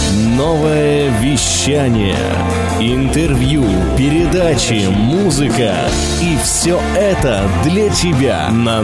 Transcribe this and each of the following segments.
Новое вещание. Интервью, передачи, музыка. И все это для тебя на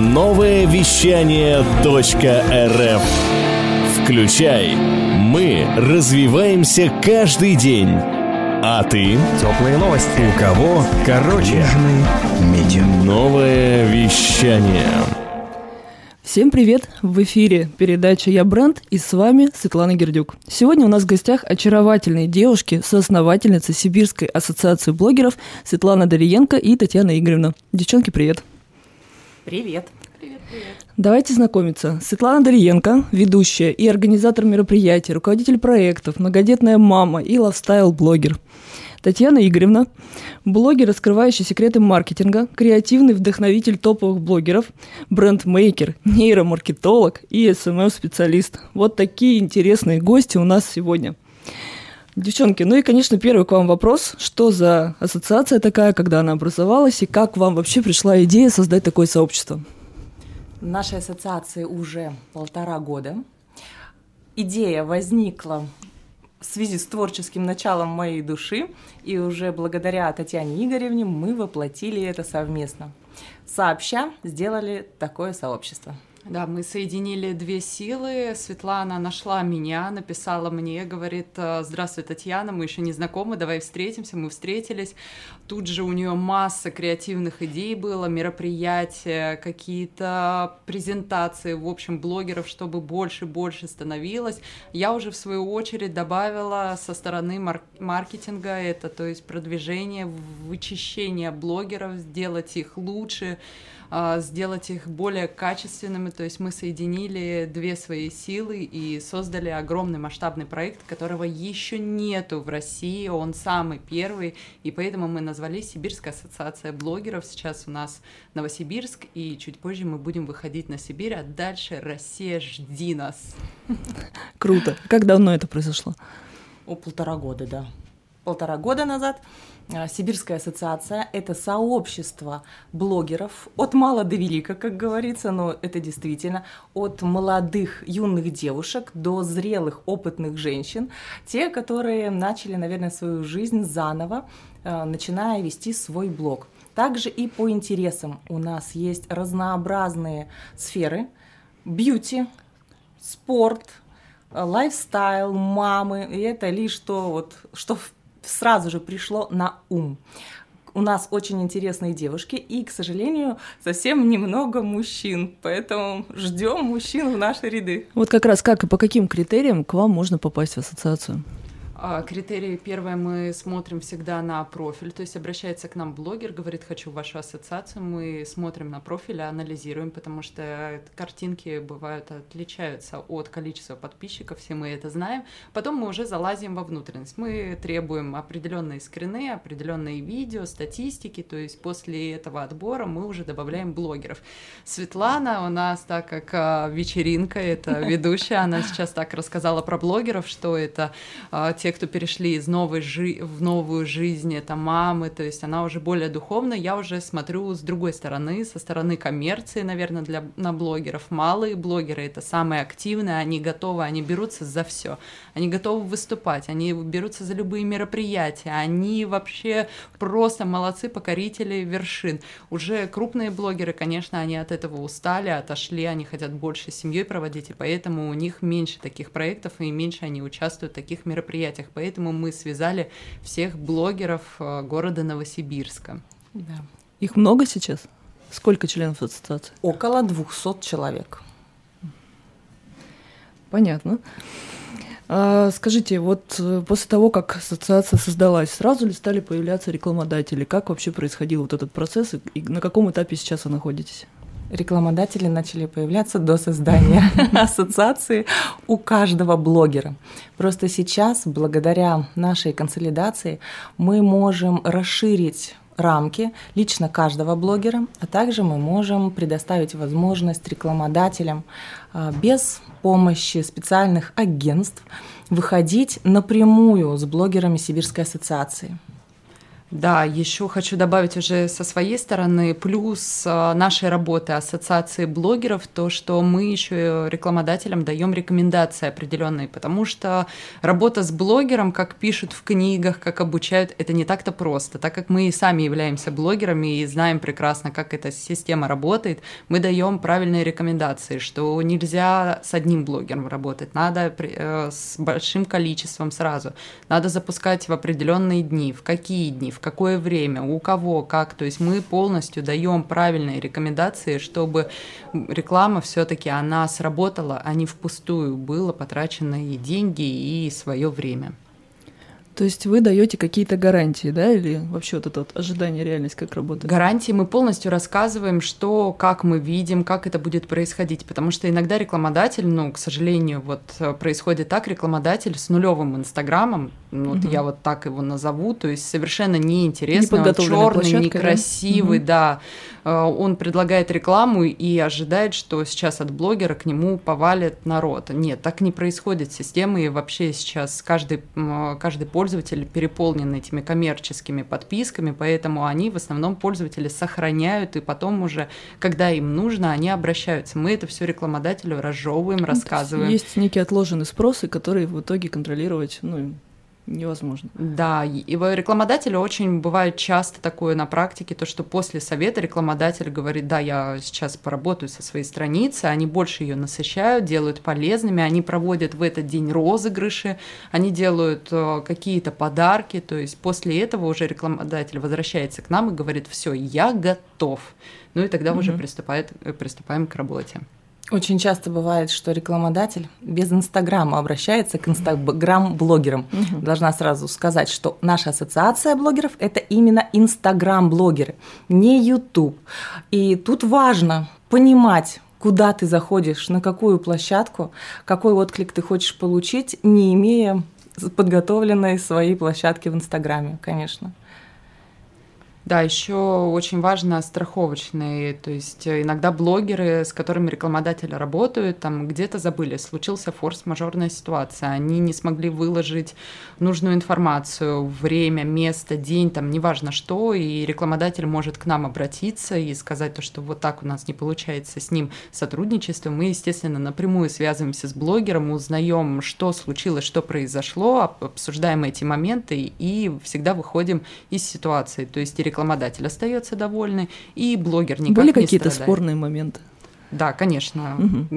новоевещание.рф. Включай. Мы развиваемся каждый день. А ты? Теплые новости. У кого? Короче. Медиа. Новое вещание. Всем привет! В эфире передача «Я бренд» и с вами Светлана Гердюк. Сегодня у нас в гостях очаровательные девушки, соосновательницы Сибирской ассоциации блогеров Светлана Дориенко и Татьяна Игоревна. Девчонки, привет! Привет! Давайте знакомиться. Светлана Дориенко, ведущая и организатор мероприятий, руководитель проектов, многодетная мама и лайфстайл-блогер. Татьяна Игоревна, блогер, раскрывающий секреты маркетинга, креативный вдохновитель топовых блогеров, бренд-мейкер, нейромаркетолог и СММ-специалист. Вот такие интересные гости у нас сегодня. Девчонки, ну и, конечно, первый к вам вопрос. Что за ассоциация такая, когда она образовалась, и как вам вообще пришла идея создать такое сообщество? Нашей ассоциации уже 1,5 года. Идея возникла в связи с творческим началом моей души, и уже благодаря Татьяне Игоревне мы воплотили это совместно. Сообща сделали такое сообщество. Да, мы соединили две силы. Светлана нашла меня, написала мне, говорит: «Здравствуй, Татьяна, мы еще не знакомы, давай встретимся». Мы встретились. Тут же у нее масса креативных идей было, мероприятия, какие-то презентации, в общем, блогеров, чтобы больше и больше становилось. Я уже, в свою очередь, добавила со стороны маркетинга это, то есть продвижение, вычищение блогеров, сделать их лучше, сделать их более качественными, то есть мы соединили две свои силы и создали огромный масштабный проект, которого еще нету в России, он самый первый, и поэтому мы назвались Сибирская ассоциация блогеров. Сейчас у нас Новосибирск, и чуть позже мы будем выходить на Сибирь, а дальше Россия, жди нас. Круто. Как давно это произошло? 1,5 года, да. 1,5 года назад. Сибирская ассоциация – это сообщество блогеров от мала до велика, как говорится, но это действительно от молодых юных девушек до зрелых опытных женщин, те, которые начали, наверное, свою жизнь заново, начиная вести свой блог. Также и по интересам у нас есть разнообразные сферы: бьюти, спорт, лайфстайл, мамы, и это лишь то, что сразу же пришло на ум. У нас очень интересные девушки и, к сожалению, совсем немного мужчин, поэтому ждем мужчин в наши ряды. Вот как раз как и по каким критериям к вам можно попасть в ассоциацию? Критерии: первое, мы смотрим всегда на профиль, то есть обращается к нам блогер, говорит: хочу в вашу ассоциацию, мы смотрим на профиль, анализируем, потому что картинки бывают, отличаются от количества подписчиков, все мы это знаем. Потом мы уже залазим во внутренность, мы требуем определенные скрины, определенные видео, статистики, то есть после этого отбора мы уже добавляем блогеров. Светлана у нас, так как вечеринка, это ведущая, она сейчас так рассказала про блогеров, что это те, кто перешли из в новую жизнь, это мамы, то есть она уже более духовная. Я уже смотрю с другой стороны, со стороны коммерции, наверное, на блогеров. Малые блогеры — это самые активные, они готовы, они берутся за все, они готовы выступать, они берутся за любые мероприятия, они вообще просто молодцы, покорители вершин. Уже крупные блогеры, конечно, они от этого устали, отошли, они хотят больше с семьей проводить, и поэтому у них меньше таких проектов, и меньше они участвуют в таких мероприятиях. Поэтому мы связали всех блогеров города Новосибирска. Да. Их много сейчас? Сколько членов ассоциации? Около 200 человек. Понятно. Скажите, вот после того, как ассоциация создалась, сразу ли стали появляться рекламодатели? Как вообще происходил вот этот процесс и на каком этапе сейчас вы находитесь? Рекламодатели начали появляться до создания ассоциации у каждого блогера. Просто сейчас, благодаря нашей консолидации, мы можем расширить рамки лично каждого блогера, а также мы можем предоставить возможность рекламодателям без помощи специальных агентств выходить напрямую с блогерами Сибирской ассоциации. Да, еще хочу добавить уже со своей стороны плюс нашей работы ассоциации блогеров, то, что мы еще рекламодателям даем рекомендации определенные, потому что работа с блогером, как пишут в книгах, как обучают, это не так-то просто. Так как мы и сами являемся блогерами и знаем прекрасно, как эта система работает, мы даем правильные рекомендации, что нельзя с одним блогером работать, надо с большим количеством сразу, надо запускать в определенные дни, в какие дни, в какое время, у кого, как. То есть мы полностью даем правильные рекомендации, чтобы реклама все-таки она сработала, а не впустую было потрачено и деньги, и свое время. То есть вы даете какие-то гарантии, да, или вообще вот это вот ожидание, реальность, как работает? Гарантии мы полностью рассказываем, что, как мы видим, как это будет происходить, потому что иногда рекламодатель, к сожалению, вот происходит так, рекламодатель с нулевым инстаграмом, вот я вот так его назову, то есть совершенно неинтересный, он черный, некрасивый, да, он предлагает рекламу и ожидает, что сейчас от блогера к нему повалит народ. Нет, так не происходит. Системы и вообще сейчас каждый пользователь переполнен этими коммерческими подписками, поэтому они в основном пользователи сохраняют, и потом уже, когда им нужно, они обращаются. Мы это все рекламодателю разжевываем, рассказываем. Есть некий отложенный спрос, который в итоге контролировать, невозможно. Да, и рекламодателю очень бывает часто такое на практике, то, что после совета рекламодатель говорит, да, я сейчас поработаю со своей страницей, они больше ее насыщают, делают полезными, они проводят в этот день розыгрыши, они делают какие-то подарки, то есть после этого уже рекламодатель возвращается к нам и говорит, все, я готов. И тогда уже приступаем к работе. Очень часто бывает, что рекламодатель без Инстаграма обращается к Инстаграм-блогерам. Должна сразу сказать, что наша ассоциация блогеров – это именно Инстаграм-блогеры, не YouTube. И тут важно понимать, куда ты заходишь, на какую площадку, какой отклик ты хочешь получить, не имея подготовленной своей площадки в Инстаграме, конечно. Да, еще очень важно страховочные, то есть иногда блогеры, с которыми рекламодатели работают, там где-то забыли, случился форс-мажорная ситуация, они не смогли выложить нужную информацию, время, место, день, там неважно что, и рекламодатель может к нам обратиться и сказать то, что вот так у нас не получается с ним сотрудничество. Мы, естественно, напрямую связываемся с блогером, узнаем, что случилось, что произошло, обсуждаем эти моменты и всегда выходим из ситуации, то есть рекламодатель остается довольный, и блогер никак не страдает. Были какие-то спорные моменты? Да, конечно.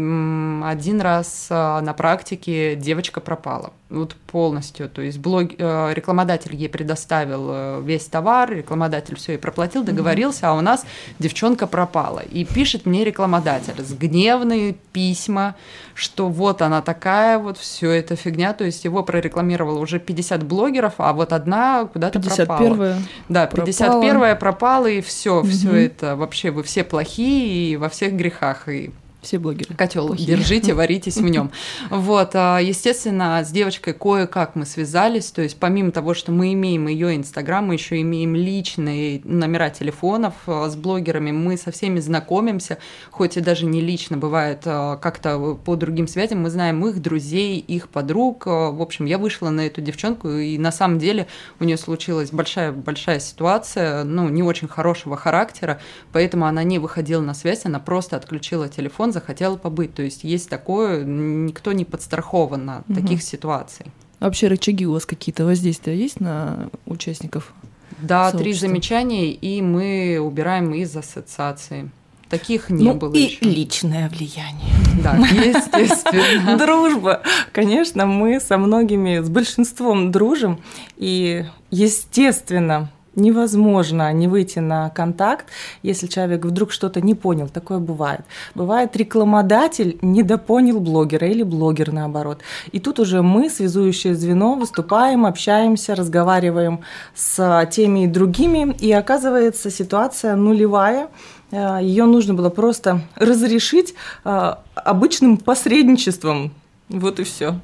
Один раз на практике девочка пропала. Вот полностью. То есть рекламодатель ей предоставил весь товар, рекламодатель все ей проплатил, договорился, а у нас девчонка пропала. И пишет мне рекламодатель с гневные письма, что вот она такая, вот все это фигня. То есть его прорекламировало уже 50 блогеров, а вот одна куда-то пропала. 51-я. Да, 51-я пропала, и все это вообще вы все плохие и во всех грехах. И все блогеры. Котел плохие. держите, варитесь в нем. Вот, естественно, с девочкой кое-как мы связались, то есть помимо того, что мы имеем ее Инстаграм, мы еще имеем личные номера телефонов с блогерами, мы со всеми знакомимся, хоть и даже не лично, бывает как-то по другим связям, мы знаем их друзей, их подруг. В общем, я вышла на эту девчонку, и на самом деле у нее случилась большая ситуация, не очень хорошего характера, поэтому она не выходила на связь, она просто отключила телефон, захотела побыть. То есть есть такое, никто не подстрахован от таких ситуаций. Вообще рычаги у вас какие-то воздействия есть на участников? Да, 3 замечания, и мы убираем из ассоциации. Таких не было и еще. Личное влияние. Да, естественно. Дружба. Конечно, мы со многими, с большинством дружим, и, естественно, невозможно не выйти на контакт, если человек вдруг что-то не понял. Такое бывает. Бывает, рекламодатель недопонял блогера или блогер наоборот. И тут уже мы, связующее звено, выступаем, общаемся, разговариваем с теми и другими, и оказывается ситуация нулевая. Ее нужно было просто разрешить обычным посредничеством. Вот и все.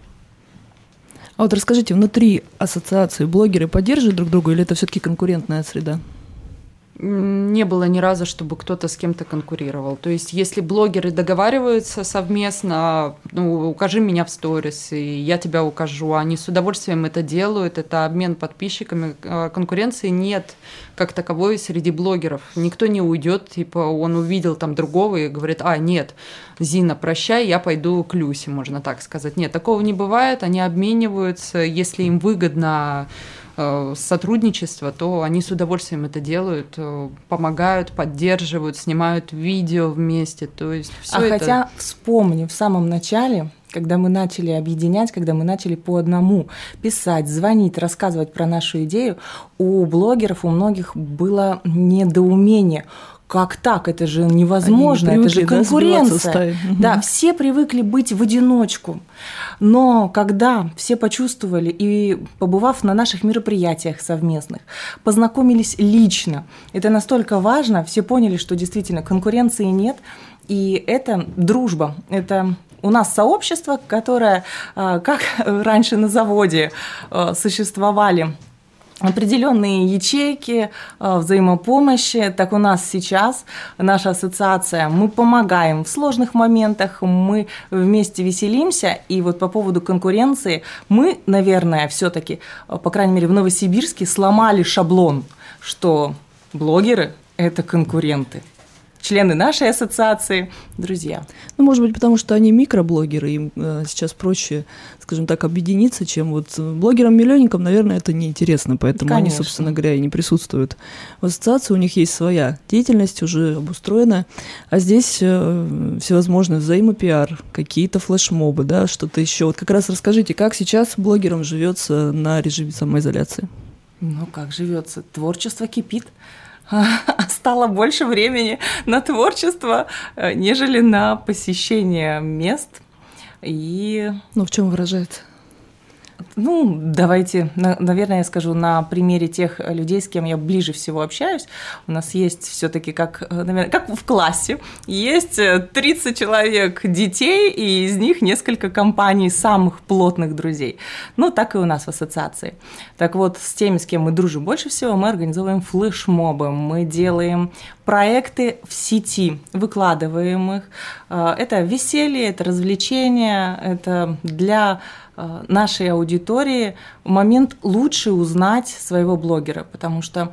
А вот расскажите, внутри ассоциации блогеры поддерживают друг друга или это все-таки конкурентная среда? Не было ни разу, чтобы кто-то с кем-то конкурировал. То есть, если блогеры договариваются совместно, ну, укажи меня в сторис, и я тебя укажу, они с удовольствием это делают, это обмен подписчиками. Конкуренции нет как таковой среди блогеров. Никто не уйдет, типа, он увидел там другого и говорит: нет, Зина, прощай, я пойду к Люсе, можно так сказать. Нет, такого не бывает, они обмениваются, если им выгодно сотрудничество, то они с удовольствием это делают, помогают, поддерживают, снимают видео вместе, то есть все это... Хотя вспомни, в самом начале, когда мы начали объединять, когда мы начали по одному писать, звонить, рассказывать про нашу идею, у блогеров, у многих было недоумение. Как так? Это же невозможно, это же конкуренция. Да, все привыкли быть в одиночку. Но когда все почувствовали и, побывав на наших мероприятиях совместных, познакомились лично, это настолько важно, все поняли, что действительно конкуренции нет, и это дружба, это... У нас сообщество, которое, как раньше на заводе существовали определенные ячейки взаимопомощи, так у нас сейчас наша ассоциация, мы помогаем в сложных моментах, мы вместе веселимся, и вот по поводу конкуренции мы, наверное, все-таки, по крайней мере, в Новосибирске сломали шаблон, что блогеры – это конкуренты. Члены нашей ассоциации, друзья. Ну, может быть, потому что они микроблогеры, им сейчас проще, скажем так, объединиться, чем вот блогерам-миллионникам, наверное, это неинтересно, поэтому Конечно. Они, собственно говоря, и не присутствуют в ассоциации, у них есть своя деятельность уже обустроена, а здесь всевозможный взаимопиар, какие-то флешмобы, да, что-то еще. Вот как раз расскажите, как сейчас блогерам живется на режиме самоизоляции? Ну, как живется? Творчество кипит. Стало больше времени на творчество, нежели на посещение мест. И... Ну, в чем выражается? Ну, давайте, наверное, я скажу на примере тех людей, с кем я ближе всего общаюсь. У нас есть все-таки, наверное, как в классе, есть 30 человек детей, и из них несколько компаний самых плотных друзей. Ну, так и у нас в ассоциации. Так вот, с теми, с кем мы дружим больше всего, мы организовываем флешмобы, мы делаем проекты в сети, выкладываем их. Это веселье, это развлечение, это для нашей аудитории момент лучше узнать своего блогера, потому что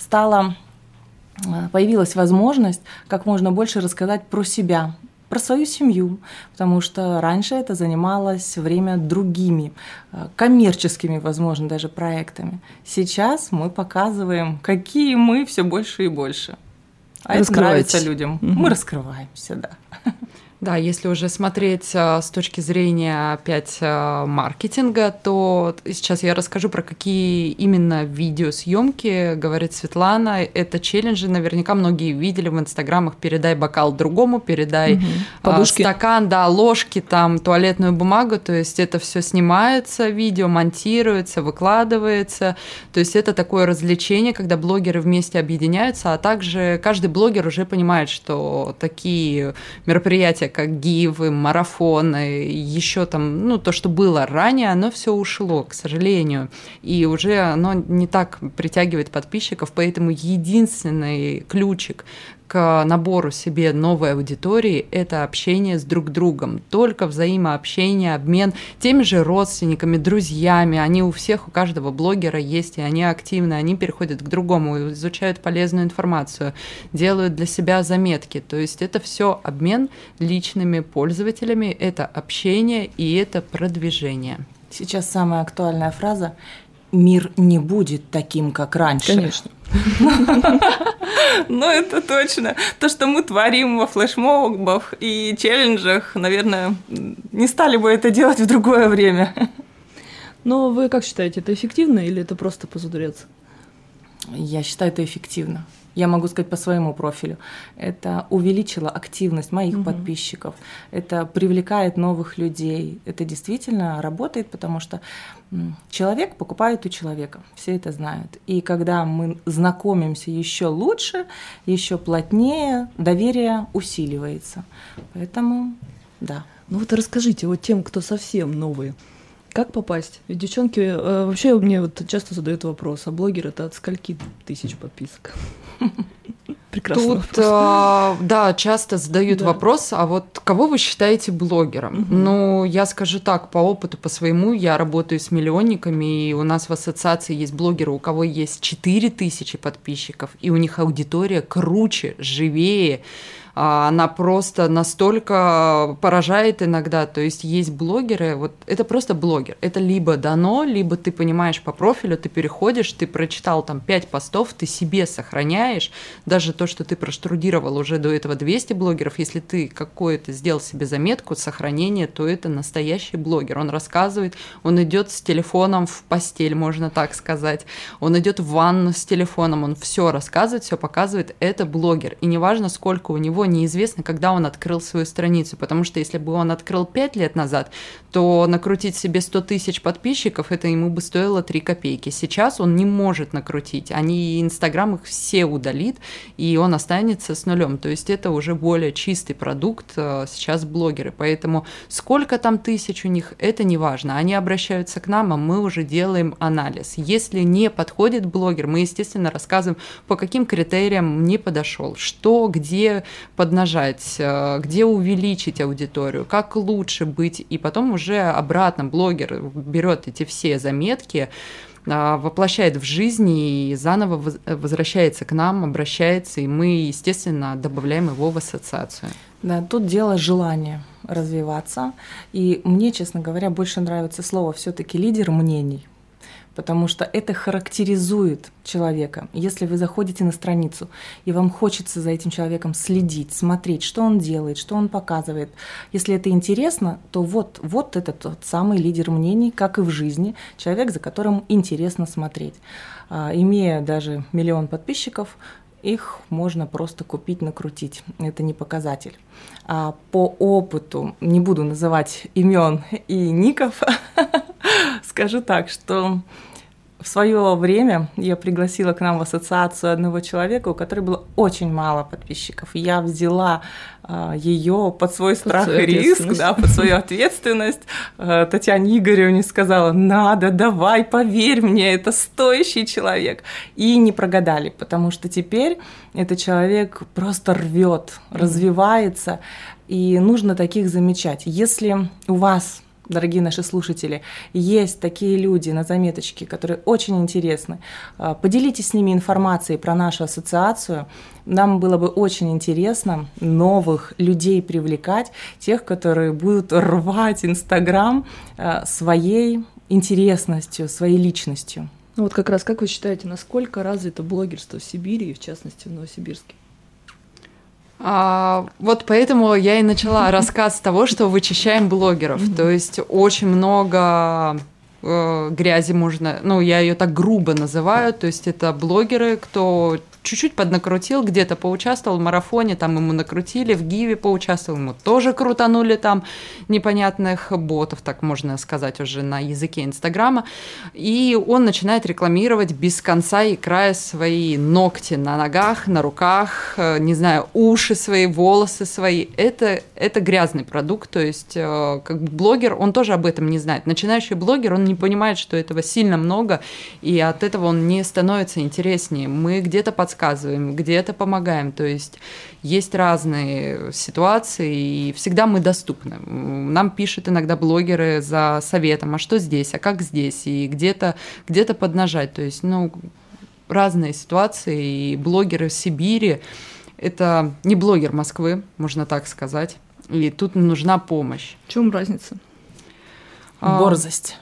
появилась возможность как можно больше рассказать про себя, про свою семью, потому что раньше это занималось время другими, коммерческими, возможно, даже проектами. Сейчас мы показываем, какие мы все больше и больше. А это нравится людям. Мы раскрываемся, да. Да, если уже смотреть с точки зрения опять маркетинга, то сейчас я расскажу про какие именно видеосъемки говорит Светлана. Это челленджи, наверняка многие видели в инстаграмах: передай бокал другому, передай стакан, да, ложки, там, туалетную бумагу. То есть это все снимается, видео монтируется, выкладывается. То есть это такое развлечение, когда блогеры вместе объединяются, а также каждый блогер уже понимает, что такие мероприятия, как гивы, марафоны, еще там, ну, то, что было ранее, оно все ушло, к сожалению, и уже оно не так притягивает подписчиков, поэтому единственный ключик к набору себе новой аудитории – это общение с друг другом, только взаимообщение, обмен теми же родственниками, друзьями, они у всех, у каждого блогера есть, и они активны, они переходят к другому, изучают полезную информацию, делают для себя заметки, то есть это все обмен личными пользователями, это общение и это продвижение. Сейчас самая актуальная фраза: «Мир не будет таким, как раньше». Конечно. Ну, это точно. То, что мы творим во флешмобах и челленджах, наверное, не стали бы это делать в другое время. Но вы как считаете, это эффективно или это просто позадурец? Я считаю, это эффективно. Я могу сказать по своему профилю. Это увеличило активность моих подписчиков, это привлекает новых людей. Это действительно работает, потому что человек покупает у человека, все это знают. И когда мы знакомимся еще лучше, еще плотнее, доверие усиливается. Поэтому, да. Ну вот расскажите вот тем, кто совсем новые, Как попасть? Ведь девчонки вообще мне вот часто задают вопрос, а блогер это от скольки тысяч подписок? Прекрасно. Тут, да, часто задают вопрос, а вот кого вы считаете блогером? Ну, я скажу так, по опыту, по своему, я работаю с миллионниками, и у нас в ассоциации есть блогеры, у кого есть 4000 подписчиков, и у них аудитория круче, живее, она просто настолько поражает иногда, то есть есть блогеры, вот это просто блогер, это либо дано, либо ты понимаешь по профилю, ты переходишь, ты прочитал там 5 постов, ты себе сохраняешь, даже то, что ты проштрудировал уже до этого 200 блогеров, если ты какое-то сделал себе заметку, сохранение, то это настоящий блогер, он рассказывает, он идет с телефоном в постель, можно так сказать, он идет в ванну с телефоном, он все рассказывает, все показывает, это блогер, и неважно, сколько у него, неизвестно, когда он открыл свою страницу, потому что если бы он открыл 5 лет назад, то накрутить себе 100 000 подписчиков, это ему бы стоило 3 копейки. Сейчас он не может накрутить, Инстаграм их все удалит, и он останется с нулем. То есть это уже более чистый продукт сейчас блогеры. Поэтому сколько там тысяч у них, это не важно. Они обращаются к нам, а мы уже делаем анализ. Если не подходит блогер, мы, естественно, рассказываем, по каким критериям не подошел, что, где поднажать, где увеличить аудиторию, как лучше быть, и потом уже обратно блогер берет эти все заметки, воплощает в жизни и заново возвращается к нам, обращается, и мы, естественно, добавляем его в ассоциацию. Да, тут дело желания развиваться, и мне, честно говоря, больше нравится слово все-таки лидер мнений, потому что это характеризует человека. Если вы заходите на страницу, и вам хочется за этим человеком следить, смотреть, что он делает, что он показывает, если это интересно, то вот это тот самый лидер мнений, как и в жизни, человек, за которым интересно смотреть. Имея даже 1 миллион подписчиков, их можно просто купить, накрутить. Это не показатель. А по опыту, не буду называть имен и ников, скажу так, что в свое время я пригласила к нам в ассоциацию одного человека, у которой было очень мало подписчиков. Я взяла ее под свой страх и риск, да, под свою ответственность. Татьяне Игоревне сказала: надо, давай, поверь мне, это стоящий человек. И не прогадали, потому что теперь этот человек просто рвет, развивается, и нужно таких замечать. Если у вас, дорогие наши слушатели, есть такие люди на заметочке, которые очень интересны, поделитесь с ними информацией про нашу ассоциацию. Нам было бы очень интересно новых людей привлекать, тех, которые будут рвать Инстаграм своей интересностью, своей личностью. Ну вот как раз, как вы считаете, насколько развито блогерство в Сибири и, в частности, в Новосибирске? Вот поэтому я и начала рассказ с того, что вычищаем блогеров. То есть очень много грязи можно, я ее так грубо называю, то есть это блогеры, кто чуть-чуть поднакрутил, где-то поучаствовал в марафоне, там ему накрутили, в Гиве поучаствовал, ему тоже крутанули там непонятных ботов, так можно сказать уже на языке Инстаграма, и он начинает рекламировать без конца и края свои ногти на ногах, на руках, не знаю, уши свои, волосы свои. Это грязный продукт, то есть как бы блогер, он тоже об этом не знает. Начинающий блогер, он не понимает, что этого сильно много, и от этого он не становится интереснее. Мы где-то подсказываем, где-то помогаем, то есть есть разные ситуации, и всегда мы доступны. Нам пишут иногда блогеры за советом, а что здесь, а как здесь, и где-то поднажать, то есть, разные ситуации, и блогеры в Сибири – это не блогер Москвы, можно так сказать, и тут нужна помощь. В чем разница? Борзость.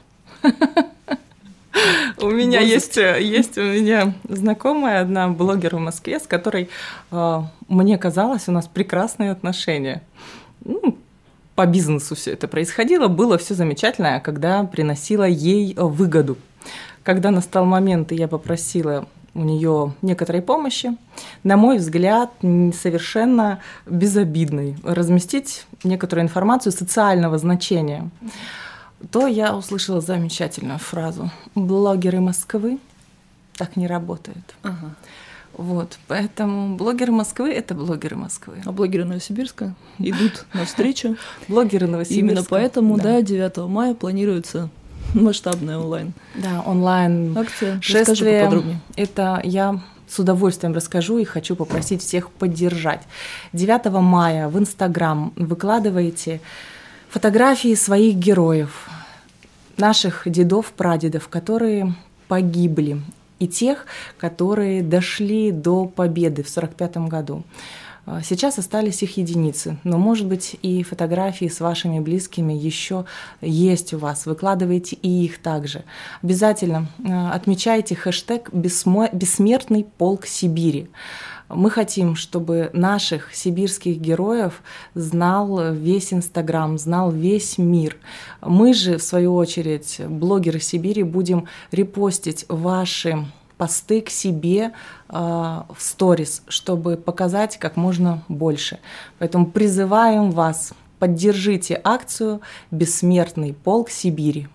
У меня есть у меня знакомая одна блогер в Москве, с которой, мне казалось, у нас прекрасные отношения. По бизнесу все это происходило, было все замечательно, когда приносила ей выгоду. Когда настал момент, и я попросила у нее некоторой помощи, на мой взгляд, совершенно безобидной, разместить некоторую информацию социального значения, то я услышала замечательную фразу: блогеры Москвы так не работают. Ага. Вот, поэтому блогеры Москвы – это блогеры Москвы. А блогеры Новосибирска идут навстречу. Блогеры Новосибирска. Именно поэтому, да, 9 мая планируется Масштабная онлайн. Да, онлайн Акция. Расскажи шествие. поподробнее. Это я с удовольствием расскажу и хочу попросить всех поддержать. 9 мая в Инстаграм выкладываете фотографии своих героев, наших дедов, прадедов, которые погибли, и тех, которые дошли до победы в 1945 году. Сейчас остались их единицы, но, может быть, и фотографии с вашими близкими еще есть у вас. Выкладывайте и их также. Обязательно отмечайте хэштег «Бессмертный полк Сибири». Мы хотим, чтобы наших сибирских героев знал весь Инстаграм, знал весь мир. Мы же, в свою очередь, блогеры Сибири, будем репостить ваши посты к себе в сторис, чтобы показать как можно больше. Поэтому призываем вас, поддержите акцию «Бессмертный полк Сибири».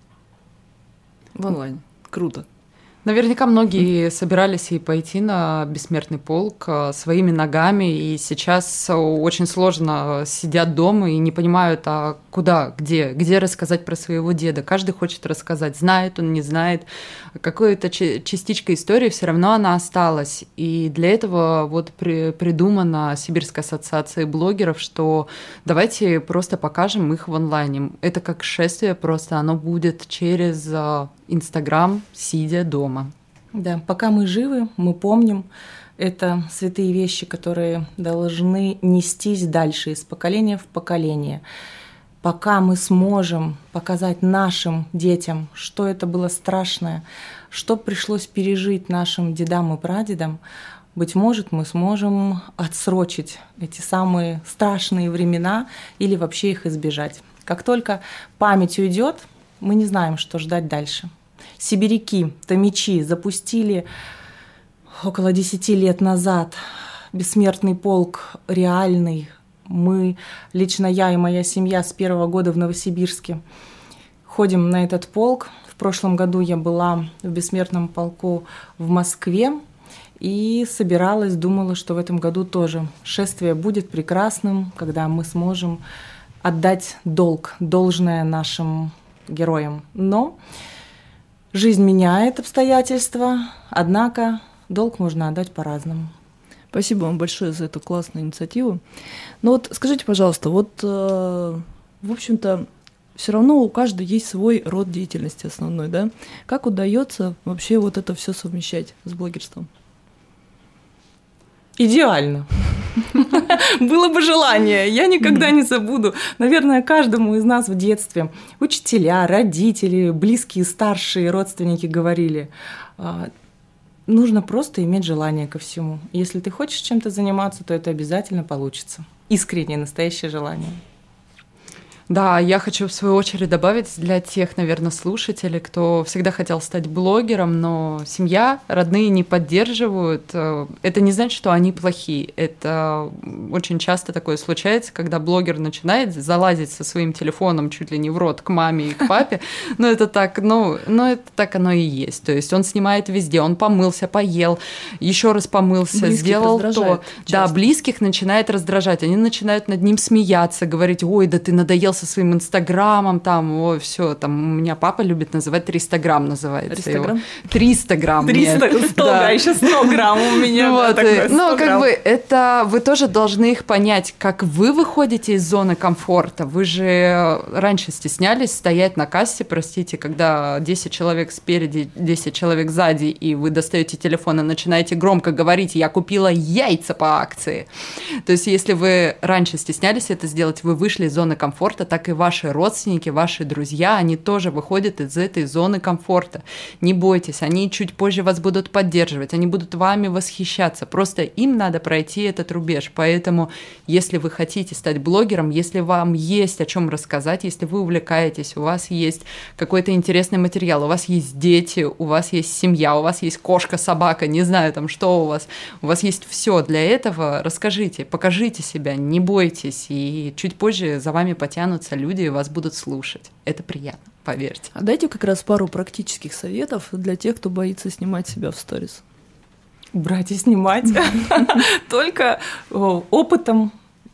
В онлайн. Круто. Наверняка многие собирались и пойти на бессмертный полк своими ногами, и сейчас очень сложно сидят дома и не понимают, а куда, где рассказать про своего деда. Каждый хочет рассказать, знает он, не знает. Какая-то частичка истории все равно она осталась. И для этого вот придумана Сибирская ассоциация блогеров, что давайте просто покажем их в онлайне. Это как шествие, просто оно будет через Инстаграм, сидя дома. Да, пока мы живы, мы помним, это святые вещи, которые должны нестись дальше из поколения в поколение. Пока мы сможем показать нашим детям, что это было страшное, что пришлось пережить нашим дедам и прадедам, быть может, мы сможем отсрочить эти самые страшные времена или вообще их избежать. Как только память уйдет, мы не знаем, что ждать дальше. Сибиряки, томичи запустили около 10 лет назад бессмертный полк реальный. Мы, лично я и моя семья с первого года в Новосибирске ходим на этот полк. В прошлом году я была в бессмертном полку в Москве и собиралась, думала, что в этом году тоже шествие будет прекрасным, когда мы сможем отдать должное нашим героям. Но жизнь меняет обстоятельства, однако долг можно отдать по-разному. Спасибо вам большое за эту классную инициативу. Но вот скажите, пожалуйста, в общем-то, все равно у каждого есть свой род деятельности основной, да? Как удается вообще вот это все совмещать с блогерством? Идеально. Было бы желание, я никогда не забуду. Наверное, каждому из нас в детстве учителя, родители, близкие, старшие, родственники говорили: нужно просто иметь желание ко всему. Если ты хочешь чем-то заниматься, то это обязательно получится. Искреннее, настоящее желание. Да, я хочу в свою очередь добавить для тех, наверное, слушателей, кто всегда хотел стать блогером, но семья, родные не поддерживают. Это не значит, что они плохие. Это очень часто такое случается, когда блогер начинает залазить со своим телефоном чуть ли не в рот к маме и к папе. Но это так, это так оно и есть. То есть он снимает везде, он помылся, поел, еще раз помылся, близких сделал то. Да, близких начинает раздражать. Они начинают над ним смеяться, говорить: ой, да ты надоел со своим инстаграмом, там, ой, все, там, у меня папа любит называть 300 грамм, называется 300 его. грамм? 300 грамм. 300, 100, да, еще 100 грамм у меня. Вот, такое, ну, как грамм. бы, это вы тоже должны их понять, как вы выходите из зоны комфорта. Вы же раньше стеснялись стоять на кассе, простите, когда 10 человек спереди, 10 человек сзади, и вы достаете телефон и начинаете громко говорить: я купила яйца по акции. То есть, если вы раньше стеснялись это сделать, вы вышли из зоны комфорта, так и ваши родственники, ваши друзья, они тоже выходят из этой зоны комфорта. Не бойтесь, они чуть позже вас будут поддерживать, они будут вами восхищаться. Просто им надо пройти этот рубеж. Поэтому, если вы хотите стать блогером, если вам есть о чем рассказать, если вы увлекаетесь, у вас есть какой-то интересный материал, у вас есть дети, у вас есть семья, у вас есть кошка, собака, не знаю там, что у вас есть все для этого, расскажите, покажите себя, не бойтесь, и чуть позже за вами потянутся люди и вас будут слушать. Это приятно, поверьте. А дайте как раз пару практических советов для тех, кто боится снимать себя в сторис. Брать и снимать только опытом,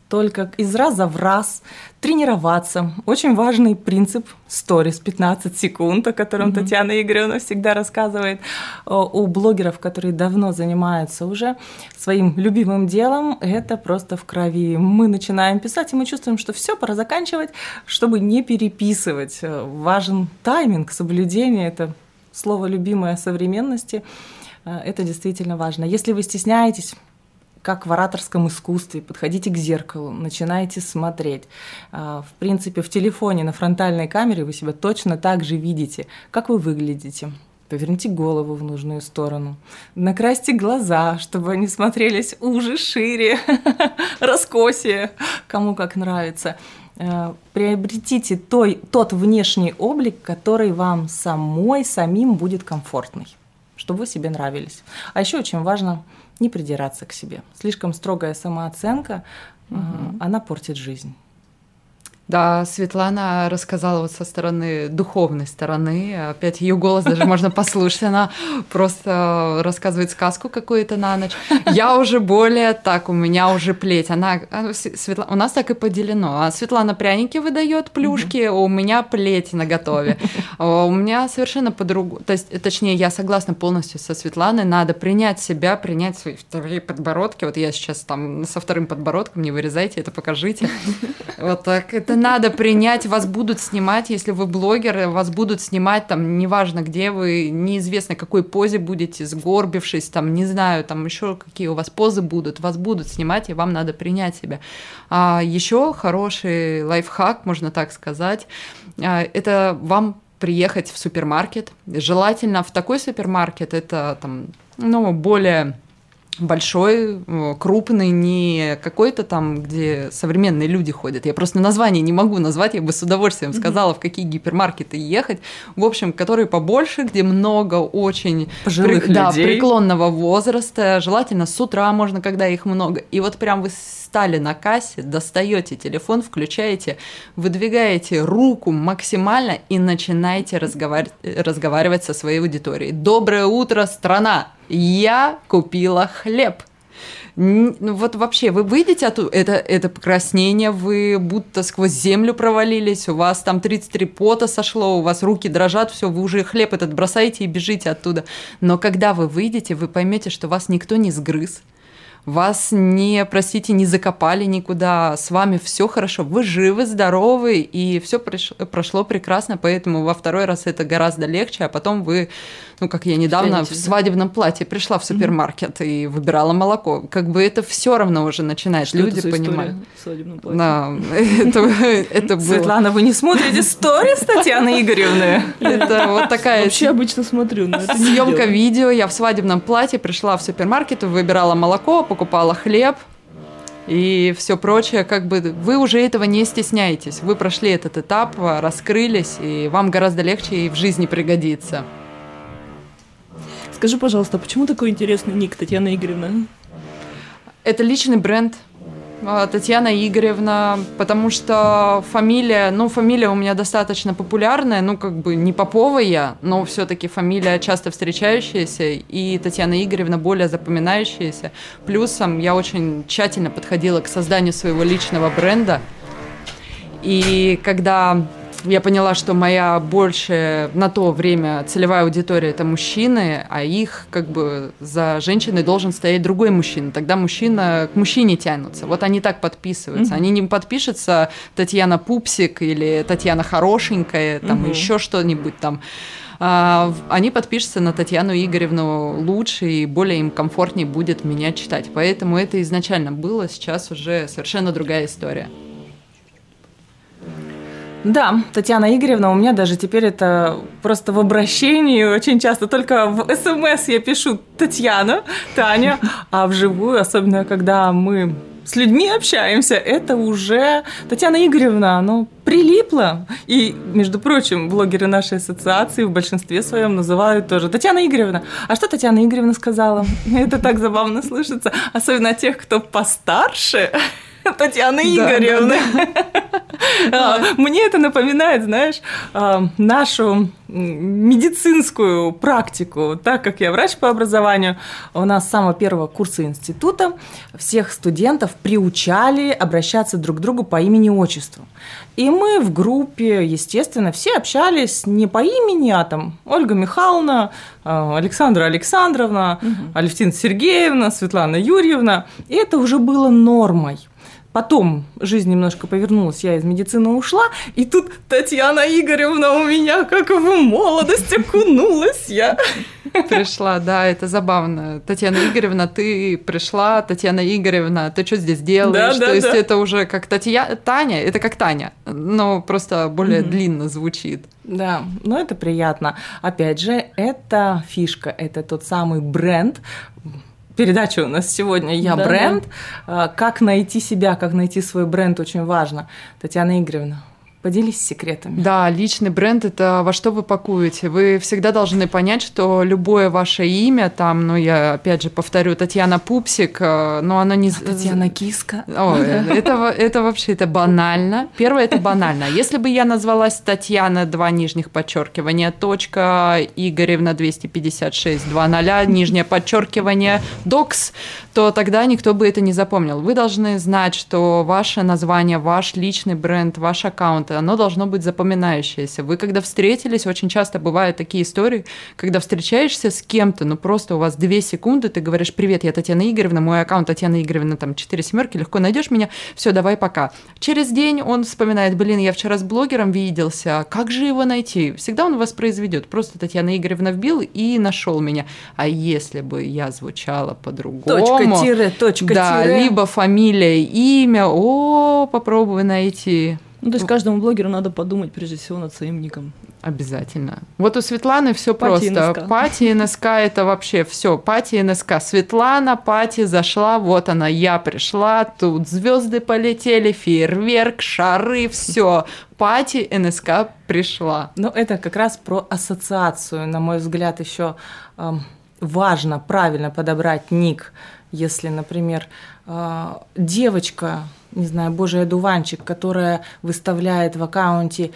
только из раза в раз тренироваться. Очень важный принцип сторис 15 секунд, о котором Татьяна Игоревна всегда рассказывает. У блогеров, которые давно занимаются уже своим любимым делом, это просто в крови. Мы начинаем писать, и мы чувствуем, что все, пора заканчивать, чтобы не переписывать. Важен тайминг, соблюдение, это слово любимое современности. Это действительно важно. Если вы стесняетесь, как в ораторском искусстве, подходите к зеркалу, начинаете смотреть. В принципе, в телефоне на фронтальной камере вы себя точно так же видите, как вы выглядите. Поверните голову в нужную сторону, накрасьте глаза, чтобы они смотрелись уже, шире, раскосее, кому как нравится. Приобретите тот внешний облик, который вам самим будет комфортный, чтобы вы себе нравились. А еще очень важно не придираться к себе. Слишком строгая самооценка, она портит жизнь. Да, Светлана рассказала вот со стороны духовной стороны. Опять ее голос даже можно послушать. Она просто рассказывает сказку какую-то на ночь. Я уже более так, у меня уже плеть. У нас так и поделено. А Светлана пряники выдает, плюшки, у меня плеть наготове. У меня совершенно по-другому. Точнее, я согласна полностью со Светланой. Надо принять себя, принять свои вторые подбородки. Вот я сейчас там со вторым подбородком, не вырезайте, это покажите. Вот так это надо принять, вас будут снимать, если вы блогер, вас будут снимать там, неважно где вы, неизвестно какой позе будете, сгорбившись, там, не знаю, там еще какие у вас позы будут, вас будут снимать, и вам надо принять себя. А еще хороший лайфхак, можно так сказать, это вам приехать в супермаркет, желательно в такой супермаркет, это там, более большой, крупный, не какой-то там, где современные люди ходят. Я просто название не могу назвать, я бы с удовольствием сказала, в какие гипермаркеты ехать. В общем, которые побольше, где много очень пожилых людей. Преклонного возраста. Желательно с утра можно, когда их много. И вот прям вы стали на кассе, достаете телефон, включаете, выдвигаете руку максимально и начинаете разговаривать со своей аудиторией. Доброе утро, страна! Я купила хлеб. Вот вообще, вы выйдете оттуда, это покраснение, вы будто сквозь землю провалились, у вас там 33 пота сошло, у вас руки дрожат, все, вы уже хлеб этот бросаете и бежите оттуда. Но когда вы выйдете, вы поймете, что вас никто не сгрыз, вас не закопали никуда, с вами все хорошо, вы живы, здоровы, и все прошло прекрасно, поэтому во второй раз это гораздо легче, а потом вы, как я недавно в свадебном платье пришла в супермаркет и выбирала молоко, как бы это все равно уже начинает, люди понимают. Да, это было. Светлана, вы не смотрите сторис Татьяны Игоревны? Это вот такая... Вообще обычно смотрю, но это съемка видео, я в свадебном платье пришла в супермаркет, выбирала молоко, покупала хлеб и все прочее, как бы вы уже этого не стесняетесь, вы прошли этот этап, раскрылись, и вам гораздо легче и в жизни пригодится. Скажи, пожалуйста, почему такой интересный ник, Татьяна Игоревна? Это личный бренд. Татьяна Игоревна, потому что фамилия у меня достаточно популярная, не Поповая, но все-таки фамилия часто встречающаяся, и Татьяна Игоревна более запоминающаяся. Плюсом я очень тщательно подходила к созданию своего личного бренда, и когда я поняла, что моя больше на то время целевая аудитория – это мужчины, а их за женщиной должен стоять другой мужчина. Тогда мужчина к мужчине тянутся. Вот они так подписываются. Они не подпишутся Татьяна Пупсик или Татьяна Хорошенькая, там еще что-нибудь там. Они подпишутся на Татьяну Игоревну лучше и более им комфортнее будет меня читать. Поэтому это изначально было, сейчас уже совершенно другая история. Да, Татьяна Игоревна, у меня даже теперь это просто в обращении очень часто, только в СМС я пишу Татьяна, Таня, а вживую, особенно когда мы с людьми общаемся, это уже Татьяна Игоревна, оно прилипло. И, между прочим, блогеры нашей ассоциации в большинстве своем называют тоже Татьяна Игоревна. А что Татьяна Игоревна сказала? Это так забавно слышится, особенно тех, кто постарше. Татьяны Игоревны. Мне это напоминает, знаешь, нашу медицинскую практику. Так как я врач по образованию, у нас с самого первого курса института всех студентов приучали обращаться друг к другу по имени-отчеству. И мы в группе, естественно, все общались не по имени, а там Ольга Михайловна, Александра Александровна, Алевтина Сергеевна, Светлана Юрьевна. И это уже было нормой. Потом жизнь немножко повернулась, я из медицины ушла, и тут Татьяна Игоревна у меня как в молодость окунулась я. Пришла, да, это забавно. Татьяна Игоревна, ты пришла, Татьяна Игоревна, ты что здесь делаешь? Да, То есть да. это уже как Таня, это как Таня, но просто более длинно звучит. Да, но это приятно. Опять же, это фишка, это тот самый бренд. Передача у нас сегодня «Я Да, бренд». Как найти себя, как найти свой бренд, очень важно. Татьяна Игоревна, поделись секретами. Да, личный бренд – это во что вы пакуете. Вы всегда должны понять, что любое ваше имя, там, ну, я опять же повторю, Татьяна Пупсик, но оно не… Татьяна Киска. Ой, это вообще, это банально. Первое, это банально. Если бы я назвалась Татьяна, 2 нижних подчеркивания, точка, Игоревна 256, 2 нижнее подчеркивание, докс, то тогда никто бы это не запомнил. Вы должны знать, что ваше название, ваш личный бренд, ваш аккаунт, оно должно быть запоминающееся. Вы когда встретились, очень часто бывают такие истории, когда встречаешься с кем-то, ну просто у вас 2 секунды, ты говоришь: привет, я Татьяна Игоревна, мой аккаунт Татьяна Игоревна, там 4 семерки, легко найдешь меня, все, давай, пока. Через день он вспоминает: блин, я вчера с блогером виделся, как же его найти? Всегда он воспроизведет. Просто Татьяна Игоревна вбил и нашел меня. А если бы я звучала по-другому, Точка, да, тире. либо фамилия, имя, попробуй найти. Ну, то есть каждому блогеру надо подумать прежде всего над своим ником. Обязательно. Вот у Светланы все Пати просто. НСК. Пати НСК это вообще все. Пати НСК. Светлана, Пати зашла, вот она, я пришла, тут звезды полетели, фейерверк, шары, все. Пати НСК пришла. Ну, это как раз про ассоциацию. На мой взгляд, еще важно правильно подобрать ник. Если, например, девочка, не знаю, божий одуванчик, которая выставляет в аккаунте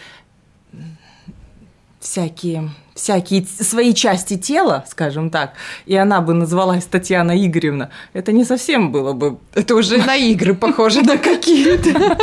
всякие свои части тела, скажем так, и она бы назвалась Татьяна Игоревна, это не совсем было бы... Это уже на игры похоже на какие-то.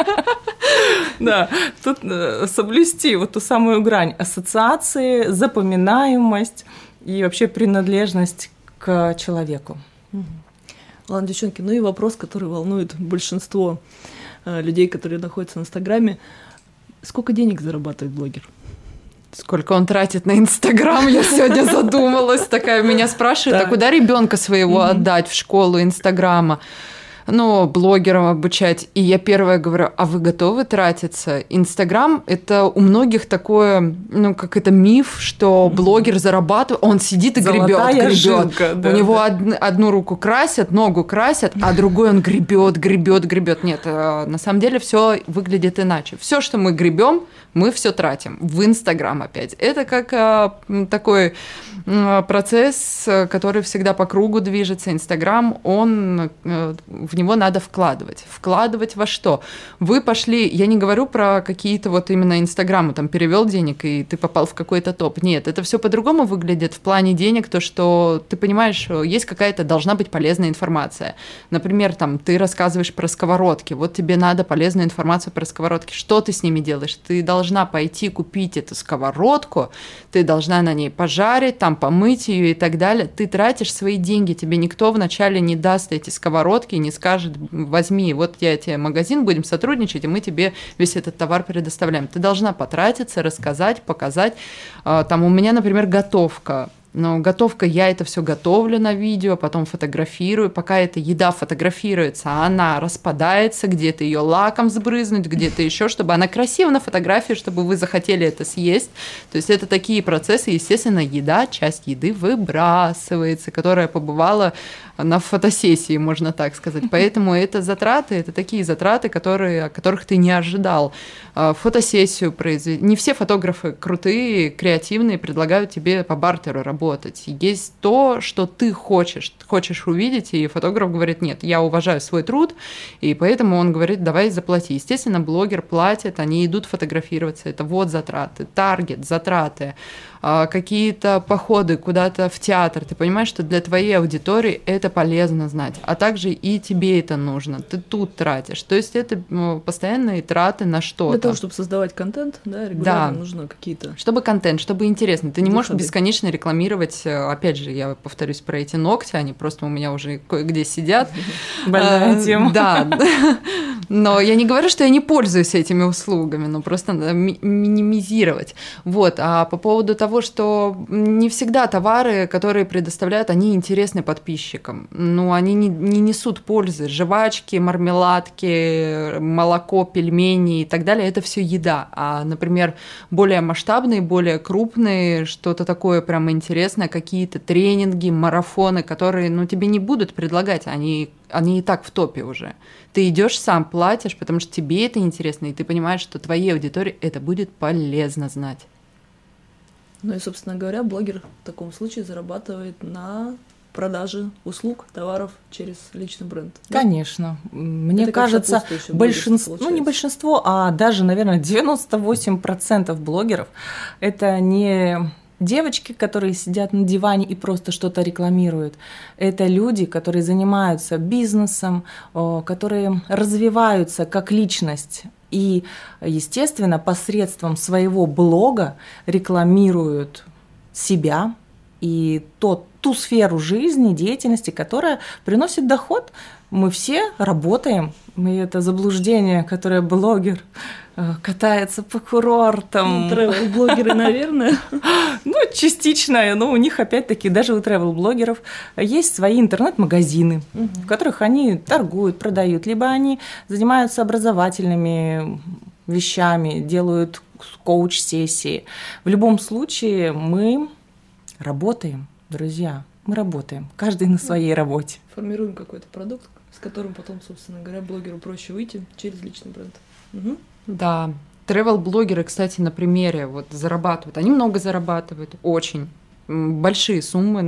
Да, тут соблюсти вот ту самую грань ассоциации, запоминаемость и вообще принадлежность к человеку. Ладно, девчонки, ну и вопрос, который волнует большинство людей, которые находятся в Инстаграме. Сколько денег зарабатывает блогер? Сколько он тратит на Инстаграм, я сегодня задумалась. Такая меня спрашивает, а куда ребенка своего отдать в школу Инстаграма? Ну, блогерам обучать. И я первая говорю: а вы готовы тратиться? Инстаграм – это у многих такое, ну, как это миф, что блогер зарабатывает, он сидит и гребет. Жилка, да, у него одну руку красят, ногу красят, а другой он гребет. Нет, на самом деле все выглядит иначе. Все, что мы гребем, мы все тратим в Инстаграм опять. Это как такой процесс, который всегда по кругу движется. Инстаграм, в него надо вкладывать. Вкладывать во что? Вы пошли, я не говорю про какие-то вот именно Инстаграмы, там перевел денег, и ты попал в какой-то топ. Нет, это все по-другому выглядит в плане денег, то, что ты понимаешь, есть какая-то, должна быть полезная информация. Например, там, ты рассказываешь про сковородки, вот тебе надо полезную информацию про сковородки. Что ты с ними делаешь? Ты должна пойти купить эту сковородку, ты должна на ней пожарить, там, помыть ее и так далее. Ты тратишь свои деньги, тебе никто вначале не даст эти сковородки, не скажет: возьми, вот я тебе магазин, будем сотрудничать, и мы тебе весь этот товар предоставляем. Ты должна потратиться, рассказать, показать. Там у меня, например, готовка. Но готовка, я это все готовлю на видео, потом фотографирую. Пока эта еда фотографируется, она распадается, где-то ее лаком сбрызнуть, где-то еще, чтобы она красиво на фотографии, чтобы вы захотели это съесть. То есть это такие процессы. Естественно, еда, часть еды выбрасывается, которая побывала на фотосессии, можно так сказать. Поэтому это затраты, это такие затраты, о которых ты не ожидал. Фотосессию произвести. Не все фотографы крутые, креативные, предлагают тебе по бартеру работать. работать. Есть то, что ты хочешь увидеть, и фотограф говорит, нет, я уважаю свой труд, и поэтому он говорит, давай заплати. Естественно, блогер платит, они идут фотографироваться, это вот затраты, таргет, затраты, какие-то походы куда-то в театр. Ты понимаешь, что для твоей аудитории это полезно знать, а также и тебе это нужно, ты тут тратишь. То есть это постоянные траты на что-то. Для того, чтобы создавать контент, да, регулярно нужно какие-то... Чтобы контент, чтобы интересно. Ты не можешь выходы. бесконечно рекламировать, опять же, я повторюсь про эти ногти, они просто у меня уже кое-где сидят. Больная тема. Да, но я не говорю, что я не пользуюсь этими услугами, но просто надо минимизировать. Вот, а по поводу того, что не всегда товары, которые предоставляют, они интересны подписчикам. Ну, они не несут пользы. Жвачки, мармеладки, молоко, пельмени и так далее – это все еда. А, например, более масштабные, более крупные, что-то такое прямо интересное, какие-то тренинги, марафоны, которые, ну, тебе не будут предлагать, они и так в топе уже. Ты идешь сам, платишь, потому что тебе это интересно, и ты понимаешь, что твоей аудитории это будет полезно знать. Ну и, собственно говоря, блогер в таком случае зарабатывает на продаже услуг, товаров через личный бренд. Да? Конечно. Мне Это кажется, как большинство, получается. не большинство, а даже, наверное, 98% блогеров – это не девочки, которые сидят на диване и просто что-то рекламируют. Это люди, которые занимаются бизнесом, которые развиваются как личность. И, естественно, посредством своего блога рекламируют себя и ту сферу жизни, деятельности, которая приносит доход. Мы все работаем. И это заблуждение, которое блогер катается по курортам. Тревел-блогеры, наверное. Ну, частично. Но у них, опять-таки, даже у тревел-блогеров есть свои интернет-магазины, в которых они торгуют, продают. Либо они занимаются образовательными вещами, делают коуч-сессии. В любом случае мы работаем, друзья. Мы работаем. Каждый на своей работе. Формируем какой-то продукт, с которым потом, собственно говоря, блогеру проще выйти через личный бренд. Угу. Да, тревел-блогеры, кстати, на примере вот зарабатывают. Они много зарабатывают, очень большие суммы.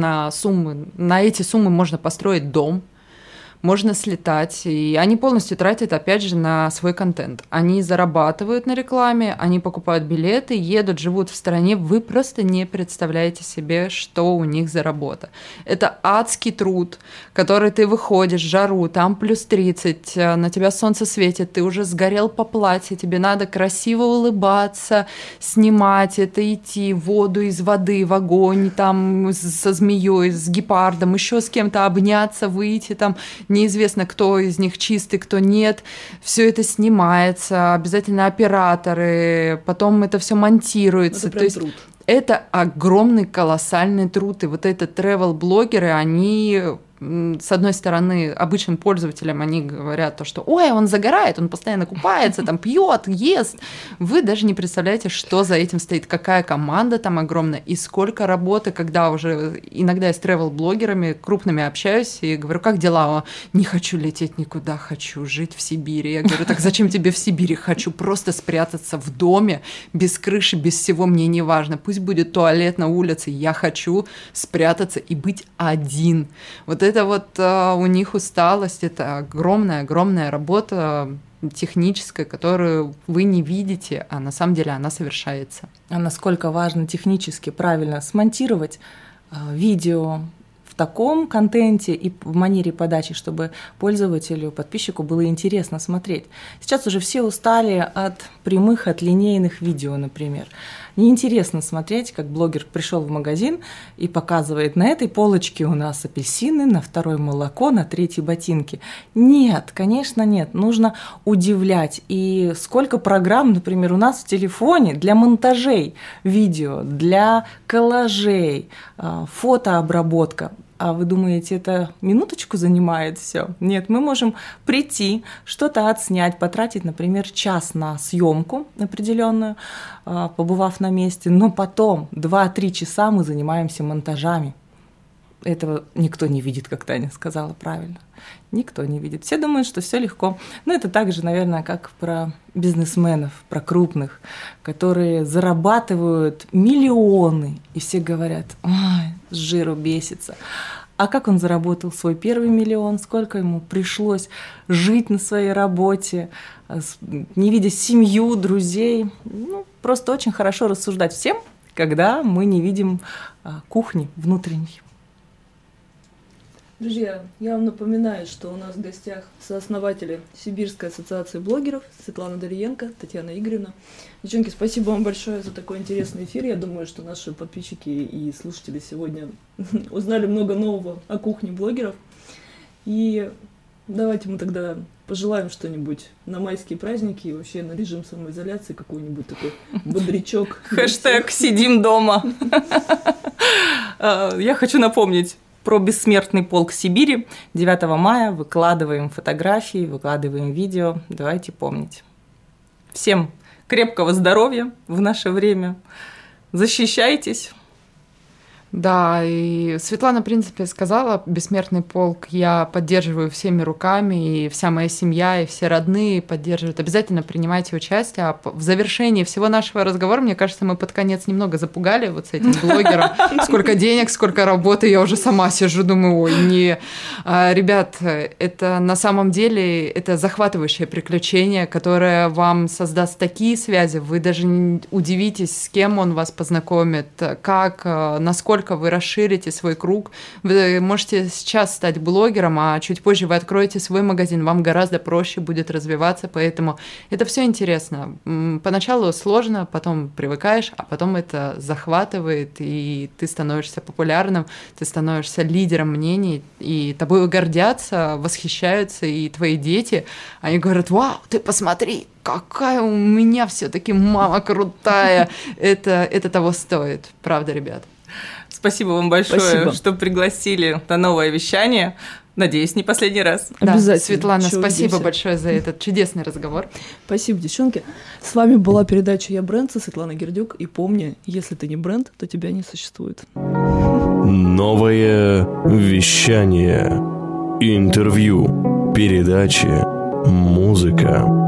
На эти суммы можно построить дом, можно слетать, и они полностью тратят, опять же, на свой контент. Они зарабатывают на рекламе, они покупают билеты, едут, живут в стране. Вы просто не представляете себе, что у них за работа. Это адский труд, который ты выходишь, жару, там плюс 30, на тебя солнце светит, ты уже сгорел по платье, тебе надо красиво улыбаться, снимать это, идти в воду из воды, в огонь, там со змеей, с гепардом, еще с кем-то обняться, выйти там. Неизвестно, кто из них чистый, кто нет. Все это снимается, обязательно операторы, потом это все монтируется. Это прям труд. Это огромный, колоссальный труд. И вот эти travel-блогеры, они, с одной стороны, обычным пользователям они говорят то, что «Ой, он загорает, он постоянно купается, там пьет, ест». Вы даже не представляете, что за этим стоит, какая команда там огромная и сколько работы, когда уже иногда я с travel-блогерами крупными общаюсь и говорю, как дела? Не хочу лететь никуда, хочу жить в Сибири. Я говорю, так зачем тебе в Сибири? Хочу просто спрятаться в доме, без крыши, без всего, мне не важно. Пусть будет туалет на улице, я хочу спрятаться и быть один. Вот это вот у них усталость, это огромная работа техническая, которую вы не видите, а на самом деле она совершается. А насколько важно технически правильно смонтировать видео в таком контенте и в манере подачи, чтобы пользователю, подписчику было интересно смотреть. Сейчас уже все устали от прямых, от линейных видео, например. Неинтересно смотреть, как блогер пришел в магазин и показывает, на этой полочке у нас апельсины, на второй молоко, на третьей ботинки. Нет, конечно, нет. Нужно удивлять. И сколько программ, например, у нас в телефоне для монтажей видео, для коллажей, фотообработка. А вы думаете, это минуточку занимает все? Нет, мы можем прийти, что-то отснять, потратить, например, час на съемку определенную, побывав на месте, но потом 2-3 часа мы занимаемся монтажами. этого никто не видит, как Таня сказала правильно. Никто не видит. Все думают, что все легко. Но это также, наверное, как про бизнесменов, про крупных, которые зарабатывают миллионы, и все говорят: ой, с жиру бесится. А как он заработал свой первый миллион, сколько ему пришлось жить на своей работе, не видя семью, друзей. Ну, просто очень хорошо рассуждать всем, когда мы не видим кухни внутренней. Друзья, я вам напоминаю, что у нас в гостях сооснователи Сибирской ассоциации блогеров Светлана Дориенко, Татьяна Игоревна. Девчонки, спасибо вам большое за такой интересный эфир. Я думаю, что наши подписчики и слушатели сегодня узнали много нового о кухне блогеров. И давайте мы тогда пожелаем что-нибудь на майские праздники и вообще на режим самоизоляции, какой-нибудь такой бодрячок. Хэштег «Сидим дома». Я хочу напомнить про бессмертный полк Сибири. 9 мая выкладываем фотографии, выкладываем видео. Давайте помнить. Всем крепкого здоровья в наше время. Защищайтесь. Да, и Светлана, в принципе, сказала, бессмертный полк я поддерживаю всеми руками, и вся моя семья, и все родные поддерживают. Обязательно принимайте участие. А в завершении всего нашего разговора, мне кажется, мы под конец немного запугали вот с этим блогером. Сколько денег, сколько работы, я уже сама сижу, думаю, ой, не. Ребят, это на самом деле это захватывающее приключение, которое вам создаст такие связи, вы даже не удивитесь, с кем он вас познакомит, как, насколько вы расширите свой круг. Вы можете сейчас стать блогером, а чуть позже вы откроете свой магазин, вам гораздо проще будет развиваться, поэтому это все интересно. Поначалу сложно, потом привыкаешь, а потом это захватывает, и ты становишься популярным, ты становишься лидером мнений, и тобой гордятся, восхищаются, и твои дети, они говорят: вау, ты посмотри, какая у меня все-таки мама крутая. Это того стоит, правда, ребят. Спасибо вам большое, Спасибо, что пригласили на новое вещание. Надеюсь, не последний раз. Да, Обязательно. Светлана, Еще спасибо увидимся. большое за этот чудесный разговор. Спасибо, девчонки. С вами была передача «Я бренд» со Светланой Гердюк. И помни, если ты не бренд, то тебя не существует. Новое вещание. Интервью. Передачи. Музыка.